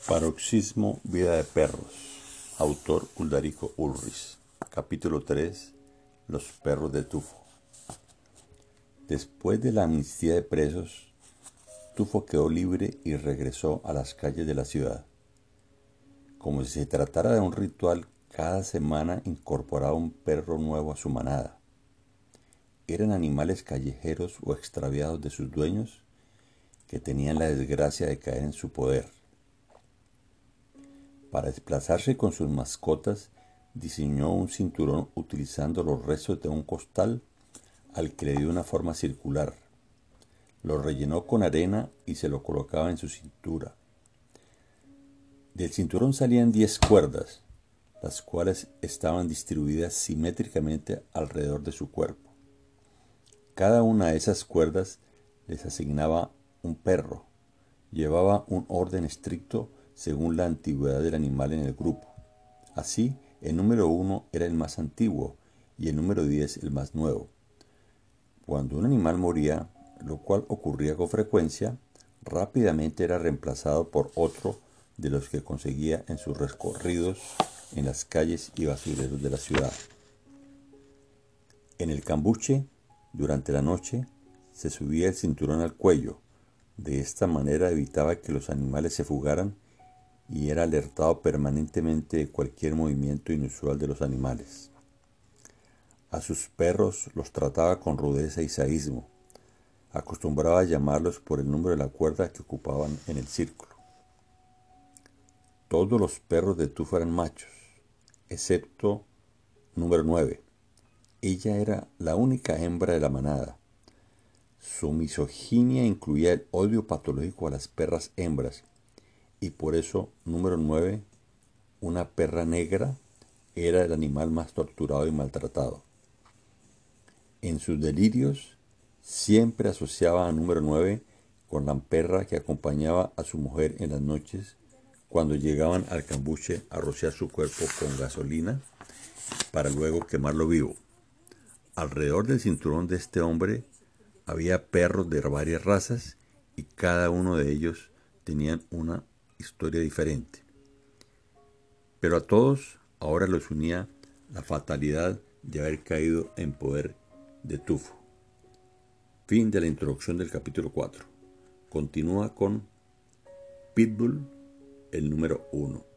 Paroxismo Vida de perros. Autor Uldarico Ulrich. Capítulo 3. Los perros de Tufo. Después de la amnistía de presos, Tufo quedó libre y regresó a las calles de la ciudad. Como si se tratara de un ritual, cada semana incorporaba un perro nuevo a su manada. Eran animales callejeros o extraviados de sus dueños que tenían la desgracia de caer en su poder. Para desplazarse con sus mascotas, diseñó un cinturón utilizando los restos de un costal al que le dio una forma circular. Lo rellenó con arena y se lo colocaba en su cintura. Del cinturón salían 10 cuerdas, las cuales estaban distribuidas simétricamente alrededor de su cuerpo. Cada una de esas cuerdas les asignaba un perro. Llevaba un orden estricto según la antigüedad del animal en el grupo. Así, el número 1 era el más antiguo y el número 10 el más nuevo. Cuando un animal moría, lo cual ocurría con frecuencia, rápidamente era reemplazado por otro de los que conseguía en sus recorridos en las calles y basureros de la ciudad. En el cambuche, durante la noche, se subía el cinturón al cuello. De esta manera evitaba que los animales se fugaran y era alertado permanentemente de cualquier movimiento inusual de los animales. A sus perros los trataba con rudeza y sadismo. Acostumbraba a llamarlos por el número de la cuerda que ocupaban en el círculo. Todos los perros de Tufo eran machos, excepto número 9. Ella era la única hembra de la manada. Su misoginia incluía el odio patológico a las perras hembras, y por eso, número 9, una perra negra, era el animal más torturado y maltratado. En sus delirios, siempre asociaba a número 9 con la perra que acompañaba a su mujer en las noches cuando llegaban al cambuche a rociar su cuerpo con gasolina para luego quemarlo vivo. Alrededor del cinturón de este hombre había perros de varias razas y cada uno de ellos tenían una historia diferente. Pero a todos ahora los unía la fatalidad de haber caído en poder de Tufo. Fin de la introducción del capítulo 4. Continúa con Pitbull, el número 1.